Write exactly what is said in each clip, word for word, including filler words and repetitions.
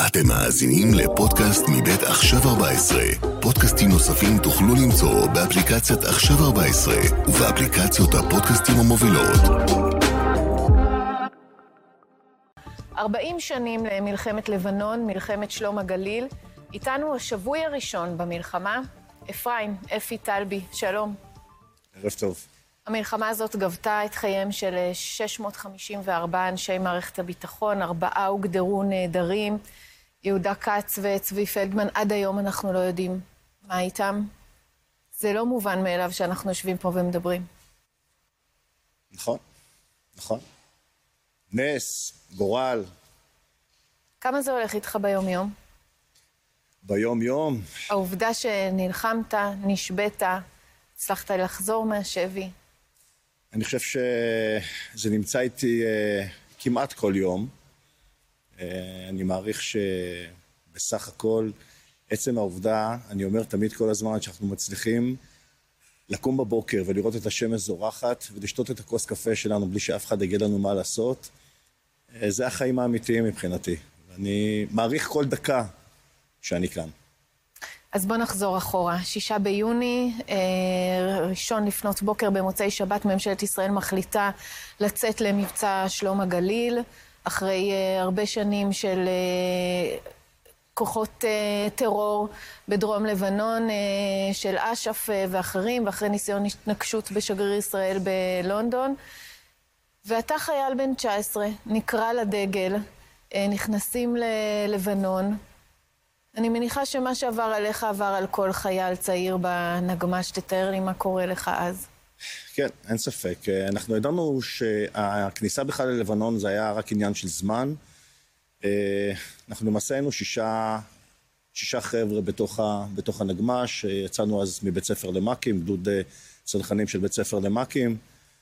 אתם מאזינים לפודקאסט מבית עכשיו ארבע עשרה. פודקאסטים נוספים תוכלו למצוא באפליקציית עכשיו ארבע עשרה ובאפליקציות הפודקאסטים המובילות. ארבעים שנים למלחמת לבנון, מלחמת שלום הגליל. איתנו השבוי הראשון במלחמה, אפרים, אפי טלבי, שלום. ערב טוב. המלחמה הזאת גבתה את חייהם של שש מאות חמישים וארבעה אנשי מערכת הביטחון, ארבעה הוגדרו נעדרים, יהודה כץ וצבי פלדמן, עד היום אנחנו לא יודעים מה איתם. זה לא מובן מאליו שאנחנו יושבים פה ומדברים. נכון, נכון. נס, גורל. כמה זה הולך איתך ביום-יום? ביום-יום. העובדה שנלחמת, נשבית, הצלחת לחזור מהשבי. אני חושב שזה נמצא איתי uh, כמעט כל יום. Uh, אני מעריך שבסך הכל, עצם העובדה, אני אומר תמיד כל הזמן שאנחנו מצליחים לקום בבוקר ולראות את השמש זורחת ולשתות את הכוס קפה שלנו בלי שאף אחד יגיד לנו מה לעשות. Uh, זה החיים האמיתיים מבחינתי. ואני מעריך כל דקה שאני כאן. אז בוא נחזור אחורה. שישה ביוני, ראשון לפנות בוקר במוצאי שבת, ממשלת ישראל מחליטה לצאת למבצע שלום הגליל, אחרי הרבה שנים של כוחות טרור בדרום לבנון, של אש"ף ואחרים, ואחרי ניסיון התנקשות בשגריר ישראל בלונדון. ואתה חייל בן תשע עשרה, נקרא לדגל, נכנסים ללבנון. אני מניחה שמה שעבר עליך עבר על כל חייל צעיר בנגמ"ש. תתאר לי מה קורה לך אז. כן, אין ספק. אנחנו ידענו שהכניסה בכלל ללבנון זה היה רק עניין של זמן. אנחנו למעשה היינו שישה, שישה חבר'ה בתוך, בתוך הנגמ"ש. יצאנו אז מבית ספר למקים, גדוד צנחנים של בית ספר למקים.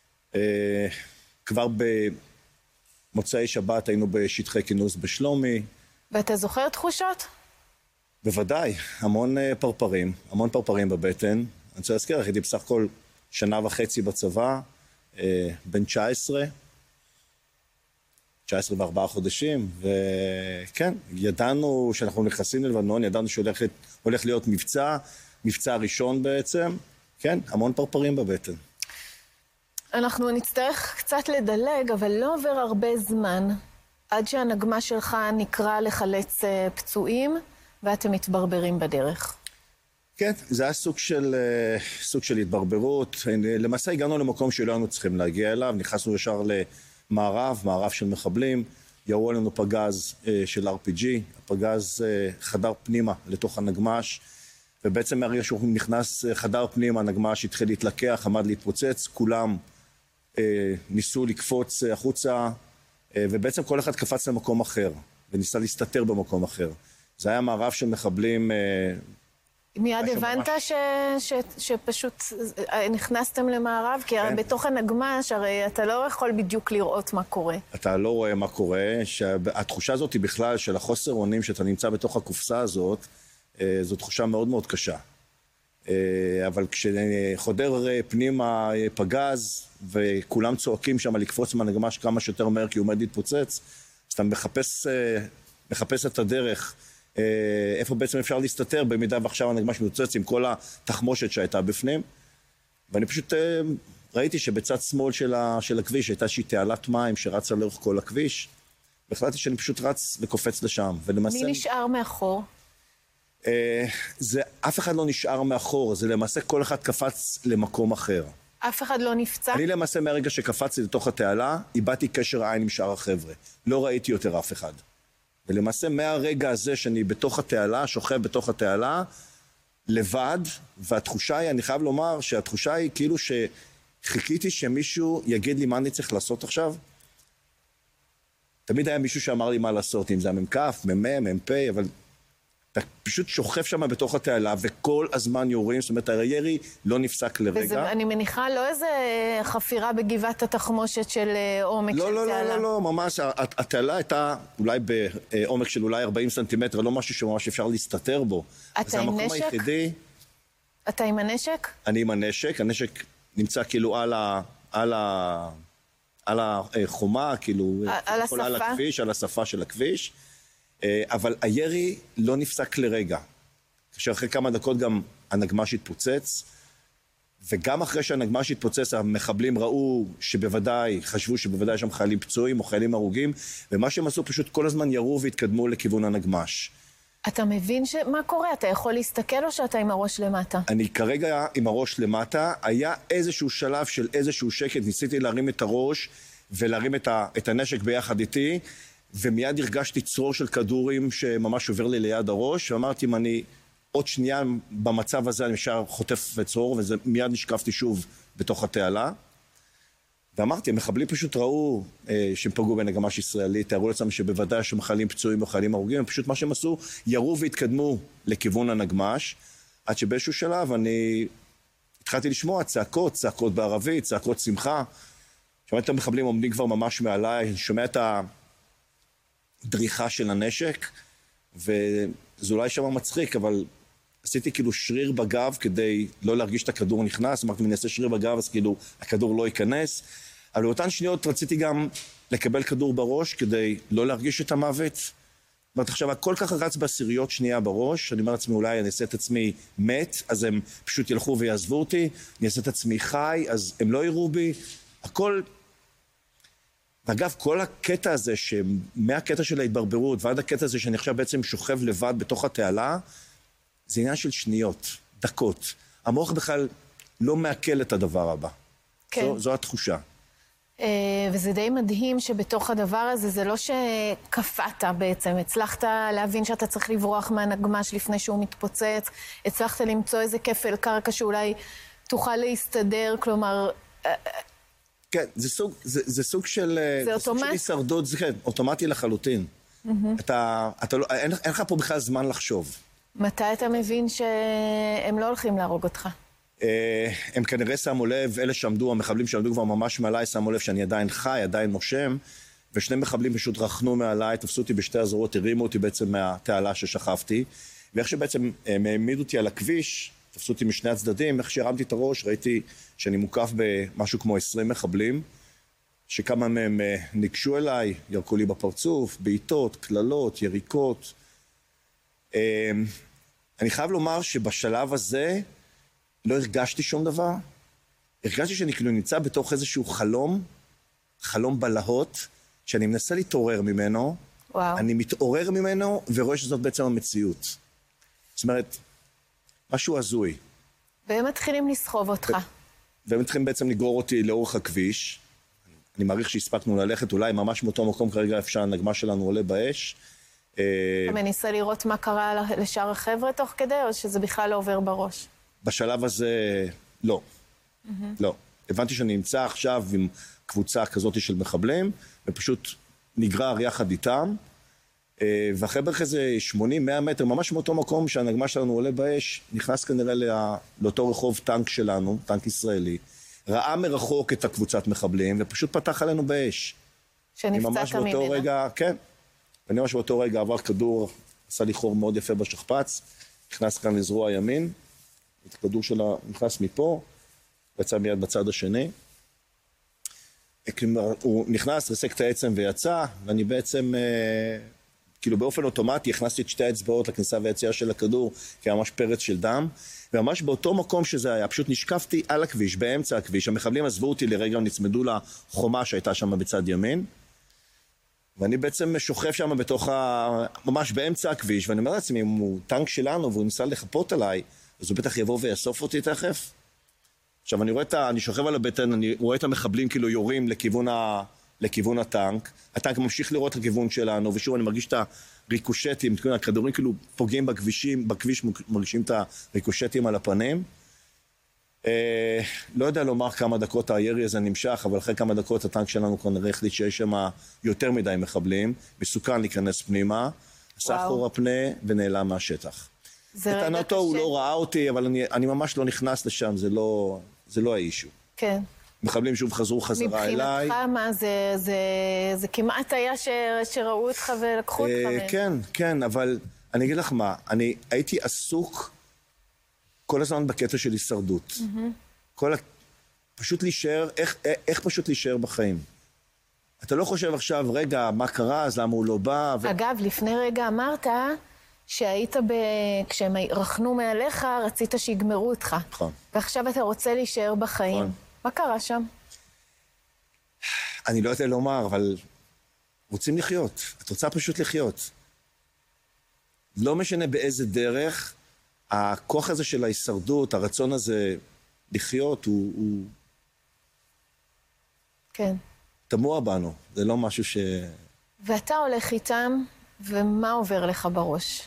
כבר במוצאי שבת היינו בשטחי כינוס בשלומי. ואתה זוכר תחושות? בוודאי, המון פרפרים, המון פרפרים בבטן. אני רוצה להזכיר, הייתי בסך הכל שנה וחצי בצבא, בן תשע עשרה, תשע עשרה וארבעה חודשים, וכן, ידענו שאנחנו נכנסים ללבנון, ידענו שהולך להיות מבצע, מבצע ראשון בעצם, כן, המון פרפרים בבטן. אנחנו נצטרך קצת לדלג, אבל לא עובר הרבה זמן, עד שהנגמ"ש שלך נקרא לחלץ פצועים, ואתם מתברברים בדרך. כן, זה היה סוג של, סוג של התברברות. למעשה הגענו למקום שלא היינו צריכים להגיע אליו, נכנסנו ישר למערב, מערב של מחבלים, ירו עלינו פגז של אר פי ג'י, הפגז חדר פנימה לתוך הנגמ"ש, ובעצם מהרגע שהוא נכנס חדר פנימה, הנגמ"ש התחיל להתלקח, עמד להתפוצץ, כולם ניסו לקפוץ החוצה, ובעצם כל אחד קפץ למקום אחר, וניסה להסתתר במקום אחר. זה היה מערב של מחבלים. מיד הבנת ש... ש... שפשוט נכנסתם למערב? כי כן. בתוך הנגמ"ש, הרי אתה לא יכול בדיוק לראות מה קורה. אתה לא רואה מה קורה. שהתחושה הזאת היא בכלל של החוסר אונים שאתה נמצא בתוך הקופסה הזאת, זו תחושה מאוד מאוד קשה. אבל כשחודר פנימה פגז, וכולם צועקים שם לקפוץ מהנגמ"ש כמה שיותר מהר כי הוא עומד להתפוצץ, אז אתה מחפש, מחפש את הדרך, איפה בעצם אפשר להסתתר, במידה ועכשיו הנגמ"ש מתפוצץ עם כל התחמושת שהייתה בפנים. ואני פשוט ראיתי שבצד שמאל של, ה, של הכביש הייתה שהיא תעלת מים שרצה לאורך כל הכביש, והחלטתי שאני פשוט רץ וקופץ לשם. ולמעשה... מי נשאר מאחור? זה, אף אחד לא נשאר מאחור, זה למעשה כל אחד קפץ למקום אחר. אף אחד לא נפצע? אני למעשה מהרגע שקפצתי לתוך התעלה, איבדתי קשר עין עם שאר החבר'ה. לא ראיתי יותר אף אחד. ולמעשה מהרגע הזה שאני בתוך התעלה, שוכב בתוך התעלה, לבד, והתחושה היא, אני חייב לומר שהתחושה היא כאילו שחיכיתי שמישהו יגיד לי מה אני צריך לעשות עכשיו. תמיד היה מישהו שאמר לי מה לעשות, אם זה המ"כ, מ"מ, מ"פ, אבל אתה פשוט שוכב שם בתוך התעלה, וכל הזמן יורים, זאת אומרת, הירי לא נפסק לרגע. וזה, אני מניחה, לא איזה חפירה בגבעת התחמושת של עומק לא, של לא, תעלה. לא, לא, לא, ממש, התעלה הייתה אולי בעומק של אולי ארבעים סנטימטר, לא משהו שממש אפשר להסתתר בו. אתה עם נשק? היחידי... אתה עם הנשק? אני עם הנשק, הנשק נמצא כאילו על ה... על ה... על החומה, כאילו, על השפה? על הכביש, על השפה של הכביש. אבל הירי לא נפסק לרגע. כאשר אחרי כמה דקות גם הנגמ"ש התפוצץ, וגם אחרי שהנגמ"ש התפוצץ, המחבלים ראו שבוודאי, חשבו שבוודאי יש שם חיילים פצועים או חיילים הרוגים, ומה שהם עשו פשוט כל הזמן ירו והתקדמו לכיוון הנגמ"ש. אתה מבין ש... מה קורה? אתה יכול להסתכל או שאתה עם הראש למטה? אני כרגע עם הראש למטה, היה איזשהו שלב של איזשהו שקט, ניסיתי להרים את הראש ולהרים את, ה... את הנשק ביחד איתי, ומיד הרגשתי צרור של כדורים שממש עובר לי ליד הראש, ואמרתי אם אני עוד שנייה במצב הזה אני משאר חוטף וצרור, ומיד נשקפתי שוב בתוך התעלה. ואמרתי, המחבלים פשוט ראו אה, שהם פגעו בנגמ"ש ישראלי, תארו לעצמם שבוודאי שהם חיילים פצועים או חיילים הרוגים, פשוט מה שהם עשו, ירו והתקדמו לכיוון הנגמ"ש, עד שבאיזשהו שלב אני התחלתי לשמוע צעקות, צעקות בערבית, צעקות שמחה. שמעתי את המחבלים עומדים כבר ממש מעליי, שומע את הדריכה של הנשק, וזה אולי שמה מצחיק, אבל עשיתי כאילו שריר בגב כדי לא להרגיש את הכדור נכנס, אמרתי, אני אעשה שריר בגב, אז כאילו הכדור לא ייכנס. אבל באותן שניות רציתי גם לקבל כדור בראש כדי לא להרגיש את המוות. זאת אומרת, עכשיו, הכל ככה רץ בעשיריות שנייה בראש, אני אומר לעצמי, אולי אני אעשה את עצמי מת, אז הם פשוט ילכו ויעזבו אותי, אני אעשה את עצמי חי, אז הם לא יראו בי. הכל... ואגב, כל הקטע הזה, מהקטע של ההתברברות ועד הקטע הזה שאני עכשיו בעצם שוכב לבד בתוך התעלה, זה עניין של שניות, דקות. המוח בכלל לא מעכל את הדבר הבא. כן. זו, זו התחושה. וזה די מדהים שבתוך הדבר הזה, זה לא שקפאת בעצם. הצלחת להבין שאתה צריך לברוח מהנגמ"ש לפני שהוא מתפוצץ, הצלחת למצוא איזה כפל קרקע שאולי תוכל להסתדר, כלומר... כן, זה סוג, זה, זה סוג של... זה אוטומט? סוג של הישרדות, זה כן, אוטומטי לחלוטין. Mm-hmm. אתה, אתה לא, אין, אין לך פה בכלל זמן לחשוב. מתי אתה מבין שהם לא הולכים להרוג אותך? הם כנראה שמו לב, אלה שעמדו, המחבלים שעמדו כבר ממש מעליי, שמו לב שאני עדיין חי, עדיין נושם, ושני מחבלים פשוט רחנו מעליי, תפסו אותי בשתי הזרועות, הרימו אותי בעצם מהתעלה ששכבתי, ואיך שבעצם הם העמידו אותי על הכביש, תפסו אותי משני הצדדים, איך שהרמתי את הראש, ראיתי שאני מוקף במשהו כמו עשרים מחבלים, שכמה מהם ניגשו אליי, ירקו לי בפרצוף, בעיטות, כללות, יריקות. אני חייב לומר שבשלב הזה לא הרגשתי שום דבר. הרגשתי שאני כאילו נמצא בתוך איזשהו חלום, חלום בלהות, שאני מנסה להתעורר ממנו. וואו. אני מתעורר ממנו ורואה שזאת בעצם המציאות. זאת אומרת, משהו הזוי. והם מתחילים לסחוב אותך. והם מתחילים בעצם לגרור אותי לאורך הכביש. אני מעריך שהספקנו ללכת, אולי ממש מאותו מקום כרגע אפשר הנגמ"ש שלנו עולה באש. אתה מנסה לראות מה קרה לשאר החבר'ה תוך כדי, או שזה בכלל לא עובר בראש? בשלב הזה, לא. לא. הבנתי שאני נמצא עכשיו עם קבוצה כזאת של מחבלים, ופשוט נגרר יחד איתם, ואחרי בערך איזה שמונים מאה מטר, ממש מאותו מקום שהנגמ"ש שלנו עולה באש, נכנס כנראה לא, לאותו רחוב טנק שלנו, טנק ישראלי, ראה מרחוק את הקבוצת מחבלים, ופשוט פתח עלינו באש. שנפצעת ממנה. רגע, כן. ואני ממש באותו רגע עבר כדור, עשה לי חור מאוד יפה בשכפ"ץ, נכנס כאן לזרוע ימין, את הכדור שלה נכנס מפה, יצא מיד בצד השני. הוא נכנס, ריסק את העצם ויצא, ואני בעצם, כאילו באופן אוטומטי, הכנסתי את שתי האצבעות לכניסה והיציאה של הכדור, כי ממש פרץ של דם, וממש באותו מקום שזה היה, פשוט נשקפתי על הכביש, באמצע הכביש, המחבלים עזבו אותי לרגע, נצמדו לחומה שהייתה שם בצד ימין, ואני בעצם שוכב שם בתוך ה... ממש באמצע הכביש, ואני אומר לעצמי, אם הוא טנק שלנו והוא ניסה לחפות עליי, אז הוא בטח יבוא ויאסוף אותי תכף. עכשיו, אני רואה את ה... אני שוכב על הבטן, אני רואה את המחבלים כאילו יורים לכיוון, ה... לכיוון הטנק. הטנק ממשיך לראות את הכיוון שלנו, ושוב אני מרגיש את הריקושטים, הכדורים כאילו פוגעים בכבישים, בכביש מרגישים את הריקושטים על הפנים. אה, לא יודע לומר כמה דקות הירי הזה נמשך, אבל אחרי כמה דקות הטנק שלנו כנראה החליט שיש שם יותר מדי מחבלים, מסוכן להיכנס פנימה, עשה אחורה פנה ונעלם מהשטח. לטענתו הוא לא ראה אותי, אבל אני, אני ממש לא נכנס לשם, זה לא, זה לא האישו. כן. מחבלים שוב חזרו חזרה אליי. מבחינתך מה, זה, זה, זה כמעט היה ש, שראו אותך ולקחו אותך. אה, כן, כן, אבל אני אגיד לך מה, אני הייתי עסוק כל הזמן בקטע של הישרדות. Mm-hmm. כל ה... פשוט להישאר, איך, איך פשוט להישאר בחיים? אתה לא חושב עכשיו, רגע, מה קרה, אז למה הוא לא בא? ו... אגב, לפני רגע אמרת שהיית ב... כשהם רחנו מעליך, רצית שיגמרו אותך. נכון. ועכשיו אתה רוצה להישאר בחיים. נכון. מה קרה שם? אני לא יודע לומר, אבל רוצים לחיות. את רוצה פשוט לחיות. לא משנה באיזה דרך, הכוח הזה של ההישרדות, הרצון הזה לחיות, הוא... הוא... כן. תמוה בנו. זה לא משהו ש... ואתה הולך איתם, ומה עובר לך בראש?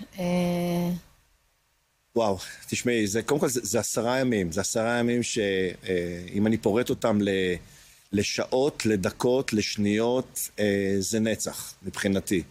וואו, תשמעי, זה, קודם כל זה, זה עשרה ימים. זה עשרה ימים שאם אני פורט אותם ל... לשעות, לדקות, לשניות, זה נצח, מבחינתי.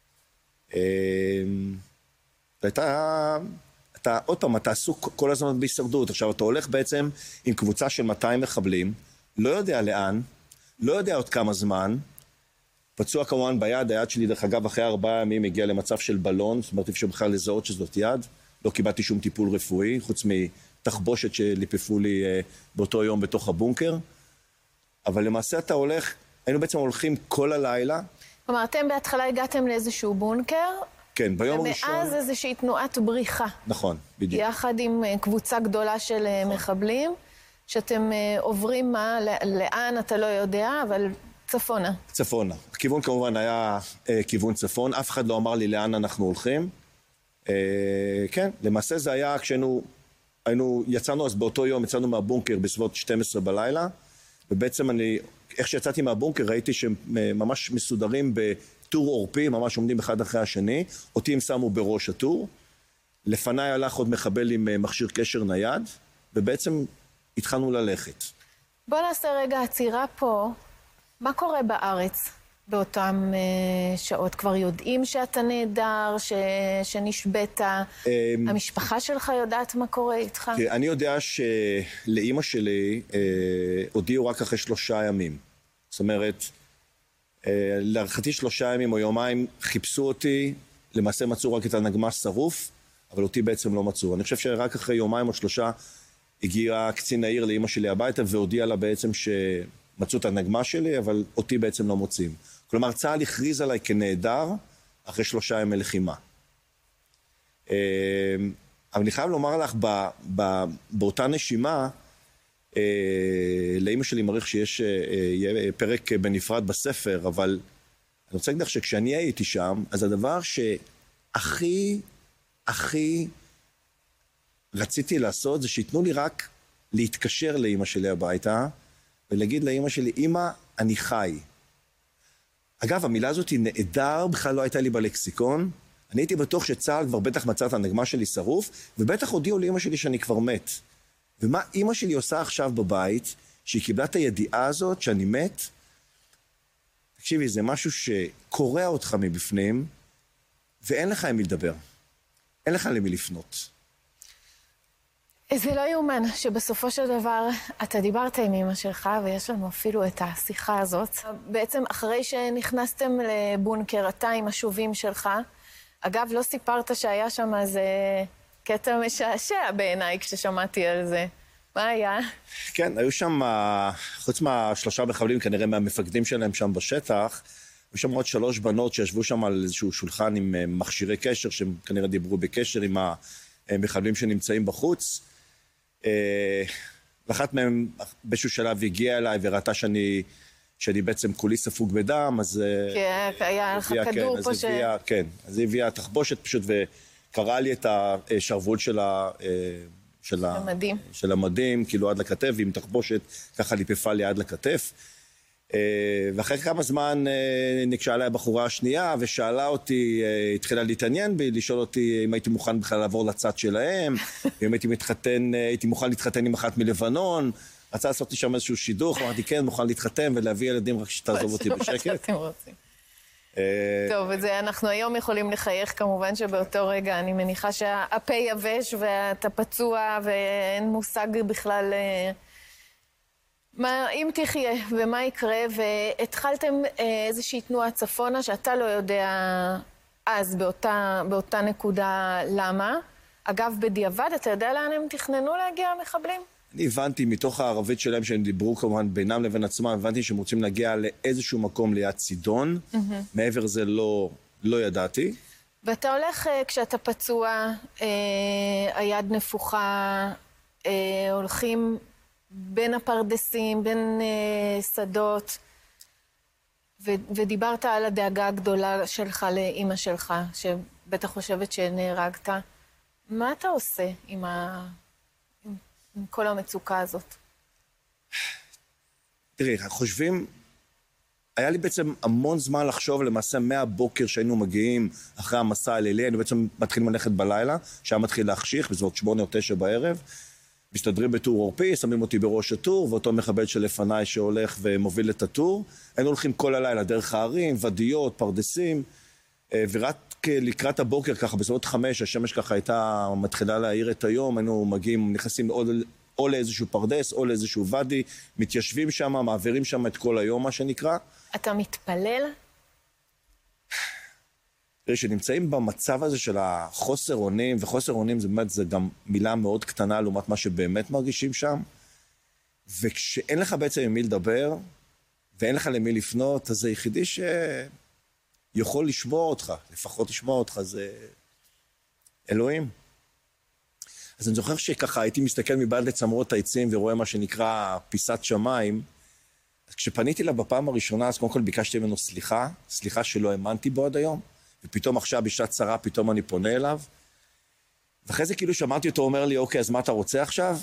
ואתה, אתה, עוד פעם, אתה עסוק כל הזמן בהישרדות. עכשיו, אתה הולך בעצם עם קבוצה של מאתיים מחבלים, לא יודע לאן, לא יודע עוד כמה זמן, פצוע כמובן ביד, היד שלי, דרך אגב, אחרי ארבעה ימים הגיע למצב של בלון, זאת אומרת, אפשר בכלל לזהות שזאת יד, לא קיבלתי שום טיפול רפואי, חוץ מתחבושת שליפפו לי באותו יום בתוך הבונקר, אבל למעשה אתה הולך, היינו בעצם הולכים כל הלילה. כלומר, אתם בהתחלה הגעתם לאיזשהו בונקר, כן, ביום הראשון. ומאז איזושהי תנועת בריחה. נכון, בדיוק. יחד עם קבוצה גדולה של נכון. מחבלים, שאתם עוברים מה, לאן אתה לא יודע, אבל צפונה. צפונה. הכיוון כמובן היה אה, כיוון צפון, אף אחד לא אמר לי לאן אנחנו הולכים. אה, כן, למעשה זה היה כשהיינו, היינו, יצאנו אז באותו יום, יצאנו מהבונקר בסביבות שתים עשרה בלילה, ובעצם אני, איך שיצאתי מהבונקר, ראיתי שהם ממש מסודרים בטור עורפי, ממש עומדים אחד אחרי השני, אותי הם שמו בראש הטור, לפניי הלך עוד מחבל עם מכשיר קשר נייד, ובעצם התחלנו ללכת. בוא נעשה רגע עצירה פה. מה קורה בארץ באותן uh, שעות? כבר יודעים שאתה נהדר, ש... שנשבט? Um, המשפחה שלך יודעת מה קורה איתך? אני יודע שלאמא שלי uh, הודיעו רק אחרי שלושה ימים. זאת אומרת, uh, להערכתי שלושה ימים או יומיים חיפשו אותי, למעשה מצאו רק את הנגמ"ש שרוף, אבל אותי בעצם לא מצאו. אני חושב שרק אחרי יומיים או שלושה הגיע קצין העיר לאמא שלי הביתה והודיע לה בעצם ש... מצאו את הנגמ"ש שלי, אבל אותי בעצם לא מוצאים. כלומר, צה"ל הכריז עליי כנהדר אחרי שלושה ימי לחימה. אבל אני חייב לומר לך, ב, ב, באותה נשימה, לאמא שלי מעריך שיש יהיה פרק בנפרד בספר, אבל אני רוצה להגיד לך שכשאני הייתי שם, אז הדבר שהכי, הכי רציתי לעשות, זה שיתנו לי רק להתקשר לאמא שלי הביתה, ולהגיד לאמא שלי, אמא, אני חי. אגב, המילה הזאת היא נהדר, בכלל לא הייתה לי בלקסיקון. אני הייתי בטוח שצה"ל כבר בטח מצא את הנגמ"ש שלי שרוף, ובטח הודיעו לאמא שלי שאני כבר מת. ומה אמא שלי עושה עכשיו בבית, שהיא קיבלה את הידיעה הזאת שאני מת? תקשיבי, זה משהו שקורע אותך מבפנים, ואין לך עם מי לדבר. אין לך למי לפנות. זה לא יאומן שבסופו של דבר אתה דיברת עם אמא שלך, ויש לנו אפילו את השיחה הזאת. בעצם אחרי שנכנסתם לבונקר, אתה עם השובים שלך, אגב, לא סיפרת שהיה שם איזה קטע משעשע בעיניי כששמעתי על זה. מה היה? כן, היו שם, חוץ מהשלושה מחבלים, כנראה מהמפקדים שלהם שם בשטח, היו שם עוד שלוש בנות שישבו שם על איזשהו שולחן עם מכשירי קשר, שהם כנראה דיברו בקשר עם המחבלים שנמצאים בחוץ. ואחת מהם באיזשהו שלב הגיעה אליי וראתה שאני, שאני בעצם כולי ספוג בדם, אז... כי היה לך כדור כן, פה אז ש... הביאה, כן, אז היא הביאה תחבושת פשוט וקראה לי את השרוול של, ה, של, ה, המדים. של המדים, כאילו עד לכתף, ועם תחבושת ככה ליפפה לי עד לכתף. ואחרי כמה זמן נקשה עליי הבחורה השנייה, ושאלה אותי, התחילה להתעניין בי, לשאול אותי אם הייתי מוכן בכלל לעבור לצד שלהם, אם הייתי מתחתן, הייתי מוכן להתחתן עם אחת מלבנון, רצה לעשות לי שם איזשהו שידוך, אמרתי כן, מוכן להתחתן ולהביא ילדים רק שתעזוב אותי בשקט. טוב, וזה אנחנו היום יכולים לחייך, כמובן שבאותו רגע אני מניחה שהפה יבש ואתה פצוע ואין מושג בכלל... מה, אם תחיה, ומה יקרה, והתחלתם איזושהי תנועה צפונה שאתה לא יודע אז באותה, באותה נקודה למה. אגב, בדיעבד, אתה יודע לאן הם תכננו להגיע המחבלים? אני הבנתי מתוך הערבית שלהם, שהם דיברו כמובן בינם לבין עצמם, הבנתי שהם רוצים להגיע לאיזשהו מקום ליד צידון, mm-hmm. מעבר זה לא, לא ידעתי. ואתה הולך כשאתה פצוע, אה, היד נפוחה, אה, הולכים בין הפרדסים, בין אה, שדות, ו- ודיברת על הדאגה הגדולה שלך לאמא שלך, שבטח חושבת שנהרגת. מה אתה עושה עם, ה... עם, עם כל המצוקה הזאת? תראי, חושבים, היה לי בעצם המון זמן לחשוב, למעשה מהבוקר שהיינו מגיעים אחרי המסע הלילי, היינו בעצם מתחילים ללכת בלילה, שהיה מתחיל להחשיך, בסביבות שמונה או תשע בערב, מסתדרים בטור עורפי, שמים אותי בראש הטור, ואותו מחבל שלפניי שהולך ומוביל את הטור. היינו הולכים כל הלילה דרך הערים, ודיות, פרדסים, ורק לקראת הבוקר ככה, בסביבות חמש, השמש ככה הייתה מתחילה להאיר את היום, היינו מגיעים, נכנסים או, או לאיזשהו פרדס, או לאיזשהו ודי, מתיישבים שם, מעבירים שם את כל היום, מה שנקרא. אתה מתפלל? תראי, שנמצאים במצב הזה של החוסר אונים, וחוסר אונים זה באמת, זה גם מילה מאוד קטנה לעומת מה שבאמת מרגישים שם, וכשאין לך בעצם עם מי לדבר, ואין לך למי לפנות, אז זה היחידי שיכול לשמוע אותך, לפחות לשמוע אותך, זה אלוהים. אז אני זוכר שככה הייתי מסתכל מבעד לצמרות העצים, ורואה מה שנקרא פיסת שמיים, אז כשפניתי לה בפעם הראשונה, אז קודם כל ביקשתי ממנו סליחה, סליחה שלא האמנתי בו עד היום, ופתאום עכשיו בשעת צרה, פתאום אני פונה אליו, ואחרי זה כאילו שמעתי אותו אומר לי, אוקיי, אז מה אתה רוצה עכשיו?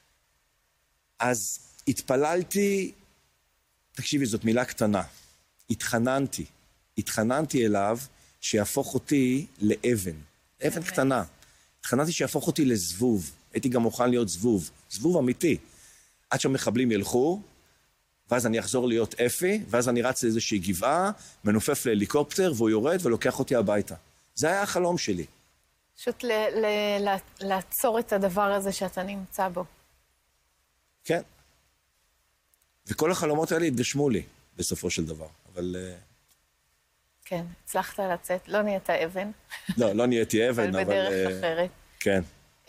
אז התפללתי, תקשיבי, זאת מילה קטנה, התחננתי, התחננתי אליו שיהפוך אותי לאבן, אבן קטנה. התחננתי שיהפוך אותי לזבוב, הייתי גם מוכן להיות זבוב, זבוב אמיתי, עד שהמחבלים ילכו, ואז אני אחזור להיות אפי, ואז אני רץ לאיזושהי גבעה, מנופף להליקופטר, והוא יורד ולוקח אותי הביתה. זה היה החלום שלי. פשוט ל- ל- ל- לעצור את הדבר הזה שאתה נמצא בו. כן. וכל החלומות האלה התגשמו לי, בסופו של דבר. אבל... כן, הצלחת לצאת. לא נהיית אבן. לא, לא נהייתי אבן, אבל... אבל בדרך אחרת. כן.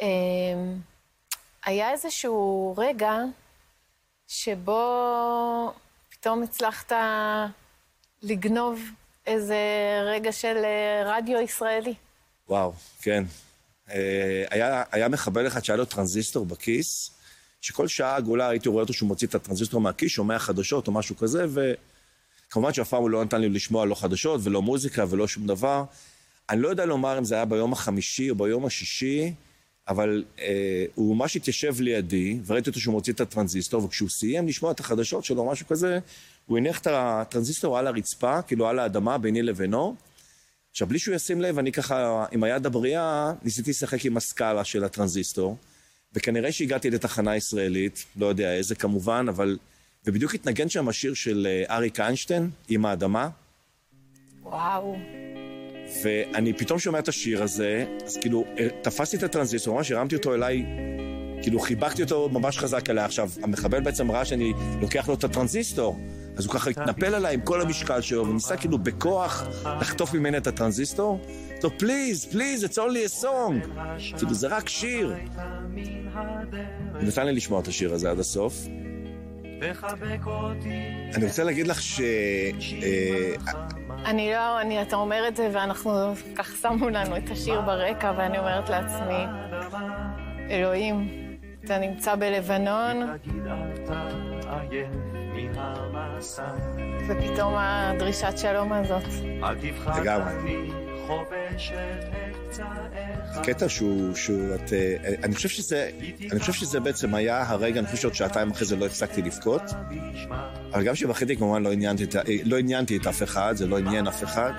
היה איזשהו רגע שבו פתאום הצלחת לגנוב איזה רגע של רדיו ישראלי. וואו, כן. היה, היה מחבל אחד שהיה לו טרנזיסטור בכיס, שכל שעה עגולה הייתי רואה אותו שהוא מוציא את הטרנזיסטור מהכיס, שומע חדשות או משהו כזה, וכמובן שאף פעם הוא לא נתן לי לשמוע לא חדשות ולא מוזיקה ולא שום דבר. אני לא יודע לומר אם זה היה ביום החמישי או ביום השישי, אבל אה, הוא ממש התיישב לידי, וראיתי אותו שהוא מוציא את הטרנזיסטור, וכשהוא סיים לשמוע את החדשות שלו, משהו כזה, הוא הניח את הטרנזיסטור על הרצפה, כאילו על האדמה, ביני לבינו. עכשיו, בלי שהוא ישים לב, אני ככה, עם היד הבריאה, ניסיתי לשחק עם הסקאלה של הטרנזיסטור, וכנראה שהגעתי לתחנה ישראלית, לא יודע איזה כמובן, אבל... ובדיוק התנגן שם השיר של אריק איינשטיין, עם האדמה. וואו. ואני פתאום שומע את השיר הזה, אז כאילו, תפסתי את הטרנזיסטור, ממש הרמתי אותו אליי, כאילו חיבקתי אותו ממש חזק עליי. עכשיו, המחבל בעצם ראה שאני לוקח לו את הטרנזיסטור, אז הוא ככה התנפל עליי עם כל המשקל שלו, וניסה כאילו בכוח לחטוף ממני את הטרנזיסטור. לא, פליז, פליז, it's only a song. כאילו, זה רק שיר. הוא נתן לי לשמוע את השיר הזה עד הסוף. אני רוצה להגיד לך ש... אני לא, אני, אתה אומר את זה, ואנחנו כך שמו לנו את השיר ברקע, ואני אומרת לעצמי, אלוהים, אתה נמצא בלבנון, ופתאום הדרישת שלום הזאת. לגמרי. הקטע שהוא, שהוא, את, אני חושב שזה, אני חושב שזה בעצם היה הרגע, אני חושב שעוד שעתיים אחרי זה לא הפסקתי לבכות, אבל גם שבכיתי כמובן לא עניינתי, לא עניינתי את אף אחד, זה לא עניין אף אחד,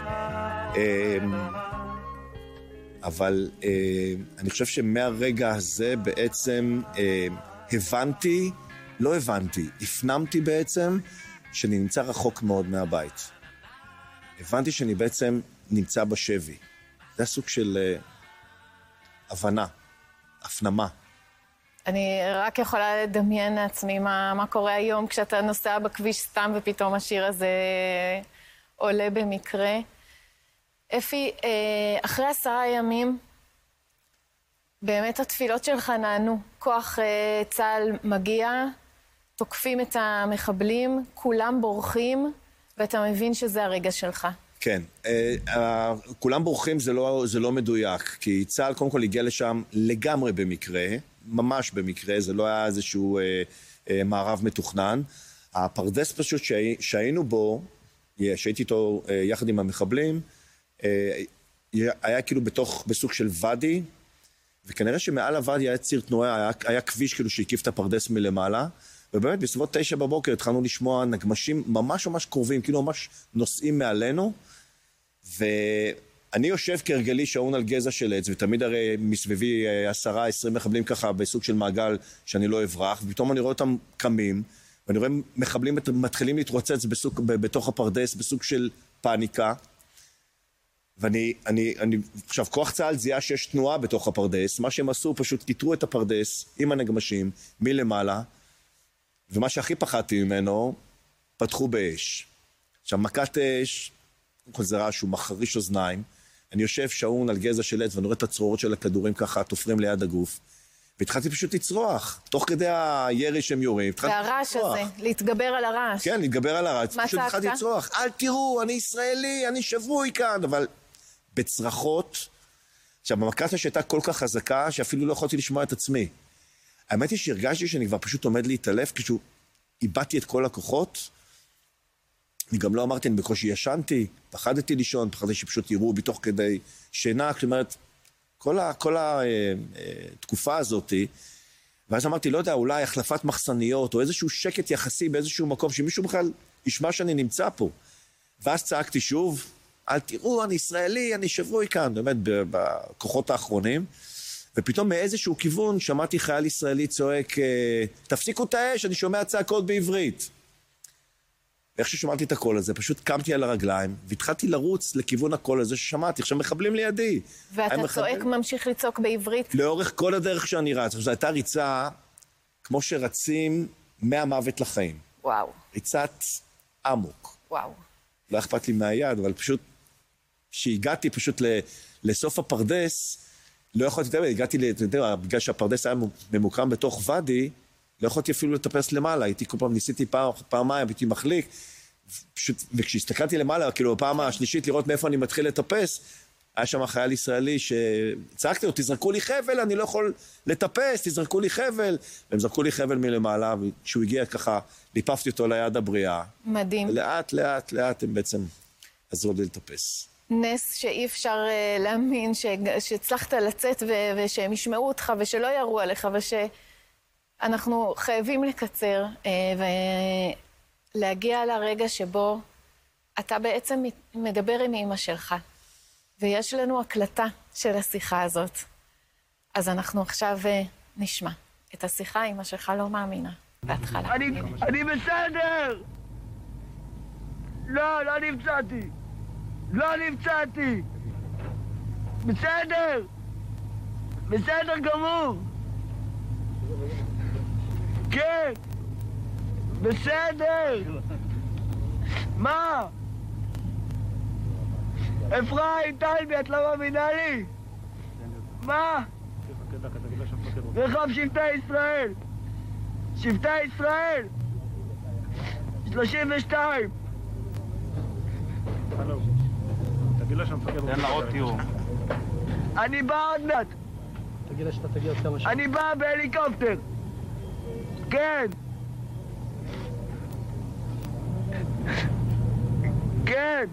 אבל אני חושב שמהרגע הזה בעצם הבנתי, לא הבנתי, הפנמתי בעצם שאני נמצא רחוק מאוד מהבית. הבנתי שאני בעצם נמצא בשבי. זה הסוג של uh, הבנה, הפנמה. אני רק יכולה לדמיין לעצמי מה, מה קורה היום כשאתה נוסע בכביש סתם ופתאום השיר הזה עולה במקרה. אפי, אחרי עשרה ימים, באמת התפילות שלך נענו. כוח uh, צה"ל מגיע, תוקפים את המחבלים, כולם בורחים, ואתה מבין שזה הרגע שלך. כן, uh, uh, כולם בורחים זה לא, זה לא מדויק, כי צה"ל קודם כל הגיע לשם לגמרי במקרה, ממש במקרה, זה לא היה איזשהו uh, uh, מערב מתוכנן. הפרדס פשוט שהי, שהיינו בו, שהייתי איתו uh, יחד עם המחבלים, uh, היה כאילו בתוך, בסוג של ואדי, וכנראה שמעל הוואדי היה ציר תנועה, היה, היה כביש כאילו שהקיף את הפרדס מלמעלה, ובאמת בסביבות תשע בבוקר התחלנו לשמוע נגמשים ממש ממש קרובים, כאילו ממש נוסעים מעלינו, ואני יושב כהרגלי שעון על גזע של עץ, ותמיד הרי מסביבי עשרה, עשרים מחבלים ככה בסוג של מעגל שאני לא אברח, ופתאום אני רואה אותם קמים, ואני רואה מחבלים מתחילים להתרוצץ בסוג, בתוך הפרדס בסוג של פאניקה, ואני, אני, אני, עכשיו, כוח צה"ל זיהה שיש תנועה בתוך הפרדס, מה שהם עשו, פשוט קיטרו את הפרדס עם הנגמשים, מלמעלה, ומה שהכי פחדתי ממנו, פתחו באש. עכשיו, מכת אש, זה רעש שהוא מחריש אוזניים, אני יושב שעון על גזע של עץ, ואני רואה את הצרורות של הכדורים ככה, תופרים ליד הגוף, והתחלתי פשוט לצרוח, תוך כדי הירי שהם יורים. והרעש הזה, להתגבר על הרעש. כן, להתגבר על הרעש. מה פשוט התחלתי לצרוח, אל תראו, אני ישראלי, אני שבוי כאן, אבל בצרחות, עכשיו, במכת אש הייתה כל כך חזקה, שאפילו לא יכולתי לשמוע את עצמי. האמת היא שהרגשתי שאני כבר פשוט עומד להתעלף, כשהוא איבדתי את כל הכוחות, אני גם לא אמרתי, אני בקושי ישנתי, פחדתי לישון, פחדתי שפשוט יראו בתוך כדי שינה, זאת אומרת, כל, ה, כל התקופה הזאת, ואז אמרתי, לא יודע, אולי החלפת מחסניות, או איזשהו שקט יחסי באיזשהו מקום, שמישהו בכלל ישמע שאני נמצא פה. ואז צעקתי שוב, אל תראו, אני ישראלי, אני שבוי כאן, באמת, בכוחות האחרונים, ופתאום מאיזשהו כיוון שמעתי חייל ישראלי צועק, תפסיקו את האש, אני שומע צעקות בעברית. ואיך ששמעתי את הקול הזה, פשוט קמתי על הרגליים, והתחלתי לרוץ לכיוון הקול הזה ששמעתי, עכשיו מחבלים לידי. ואתה צועק, מחבל... ממשיך לצעוק בעברית? לאורך כל הדרך שאני רץ. זו הייתה ריצה, כמו שרצים מהמוות לחיים. וואו. ריצת עמוק. וואו. לא אכפת לי מהיד, אבל פשוט, כשהגעתי פשוט לסוף הפרדס, לא יכולתי, אתה יודע, הגעתי, אתה יודע, בגלל שהפרדס היה ממוקם בתוך ואדי, לא יכולתי אפילו לטפס למעלה, הייתי כל פעם, ניסיתי פעם, פעמיים, הייתי מחליק, פשוט, וכשהסתכלתי למעלה, כאילו, בפעם השלישית לראות מאיפה אני מתחיל לטפס, היה שם חייל ישראלי שצעקתי לו, תזרקו לי חבל, אני לא יכול לטפס, תזרקו לי חבל, והם זרקו לי חבל מלמעלה, וכשהוא הגיע ככה, ליפפתי אותו ליד הבריאה. מדהים. ולאט, לאט, לאט, הם בעצם עזרו לי לטפס. נס שאי אפשר uh, להאמין, שהצלחת לצאת ו- ושהם ישמעו אותך, ושלא יראו עליך, ושאנחנו חייבים לקצר, uh, ולהגיע לרגע שבו אתה בעצם מדבר עם אמא שלך, ויש לנו הקלטה של השיחה הזאת. אז אנחנו עכשיו uh, נשמע את השיחה, אמא שלך לא מאמינה, בהתחלה. אני, אני בסדר! לא, לא נמצאתי! לא נמצאתי! בסדר! בסדר גמור! כן! בסדר! מה? אפרים, טלבי, את לא מאמינה לי? מה? רחוב שבטי ישראל! שבטי ישראל! שלושים ושתיים! תגיד לה שהמפקד... תן לה עוד תיאור. אני בא עוד מעט. תגיד לה שאתה תגיע עוד כמה שעות. אני בא בהליקופטר. כן. כן.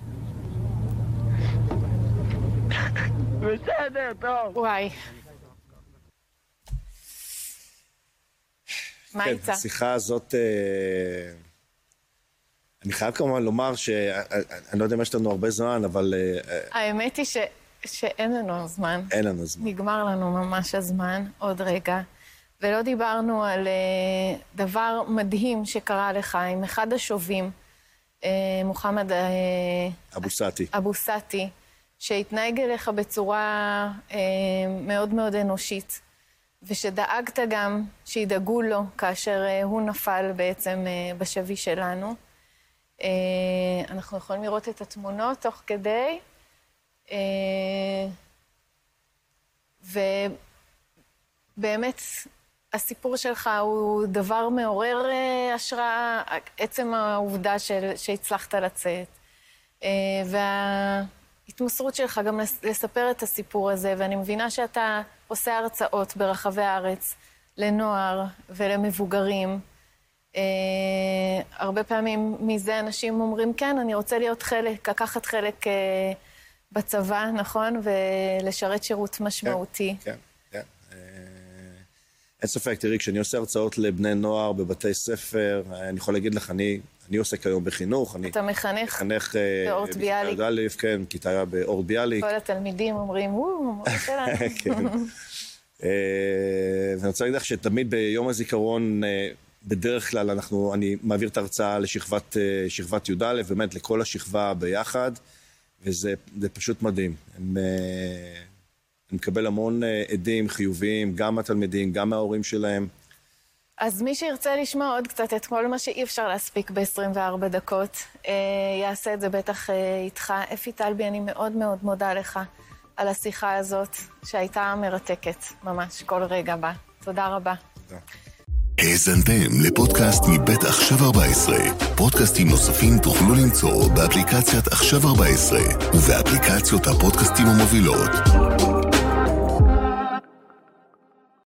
בסדר, טוב. וואי. מה כן, הייתה? השיחה הזאת... אני חייב כמובן לומר ש... אני לא יודע אם יש לנו הרבה זמן, אבל... האמת היא ש... שאין לנו זמן. אין לנו זמן. נגמר לנו ממש הזמן, עוד רגע. ולא דיברנו על uh, דבר מדהים שקרה לך עם אחד השובים, uh, מוחמד... Uh, אבו סאטי. אבו סאטי, שהתנהג אליך בצורה uh, מאוד מאוד אנושית, ושדאגת גם שידאגו לו כאשר uh, הוא נפל בעצם uh, בשבי שלנו. Uh, אנחנו יכולים לראות את התמונות תוך כדי, uh, באמת, הסיפור שלך הוא דבר מעורר השראה, עצם העובדה של, שהצלחת לצאת. וההתמסרות שלך גם לספר את הסיפור הזה, ואני מבינה שאתה עושה הרצאות ברחבי הארץ לנוער ולמבוגרים. הרבה פעמים מזה אנשים אומרים, כן, אני רוצה להיות חלק, לקחת חלק בצבא, נכון? ולשרת שירות משמעותי. כן, כן. אין ספק, תראי, כשאני עושה הרצאות לבני נוער בבתי ספר, אני יכול להגיד לך, אני, אני עושה כיום בחינוך. אתה אני מחנך, מחנך באורט ביאליק. בכיתה י"א, כן, כיתה היה באורט ביאליק. כל התלמידים אומרים, וואו, מורה שלנו. כן. ואני רוצה להגיד לך שתמיד ביום הזיכרון, בדרך כלל אנחנו, אני מעביר את ההרצאה לשכבת שכבת י"א, באמת לכל השכבה ביחד, וזה זה פשוט מדהים. הם, אני מקבל המון עדים חיוביים, גם מהתלמידים, גם מההורים שלהם. אז מי שירצה לשמוע עוד קצת את כל מה שאי אפשר להספיק ב-עשרים וארבע דקות, יעשה את זה בטח איתך. אפי טלבי, אני מאוד מאוד מודה לך על השיחה הזאת, שהייתה מרתקת ממש כל רגע בה. תודה רבה. תודה. האזנתם לפודקאסט מבית עכשיו ארבע עשרה. פודקאסטים נוספים תוכלו למצוא באפליקציית עכשיו ארבע עשרה ובאפליקציות הפודקאסטים המובילות.